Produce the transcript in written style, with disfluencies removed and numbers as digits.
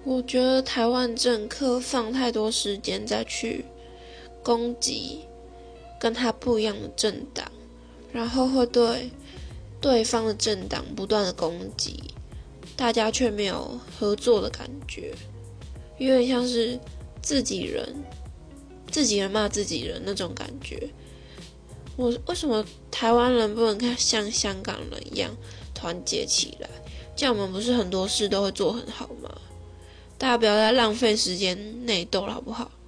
我觉得台湾政客放太多时间再去攻击跟他不一样的政党，然后会对对方的政党不断的攻击，大家却没有合作的感觉，有点像是自己人骂自己人那种感觉。为什么台湾人不能像香港人一样团结起来？这样我们不是很多事都会做很好吗？大家不要再浪费时间内斗了，好不好？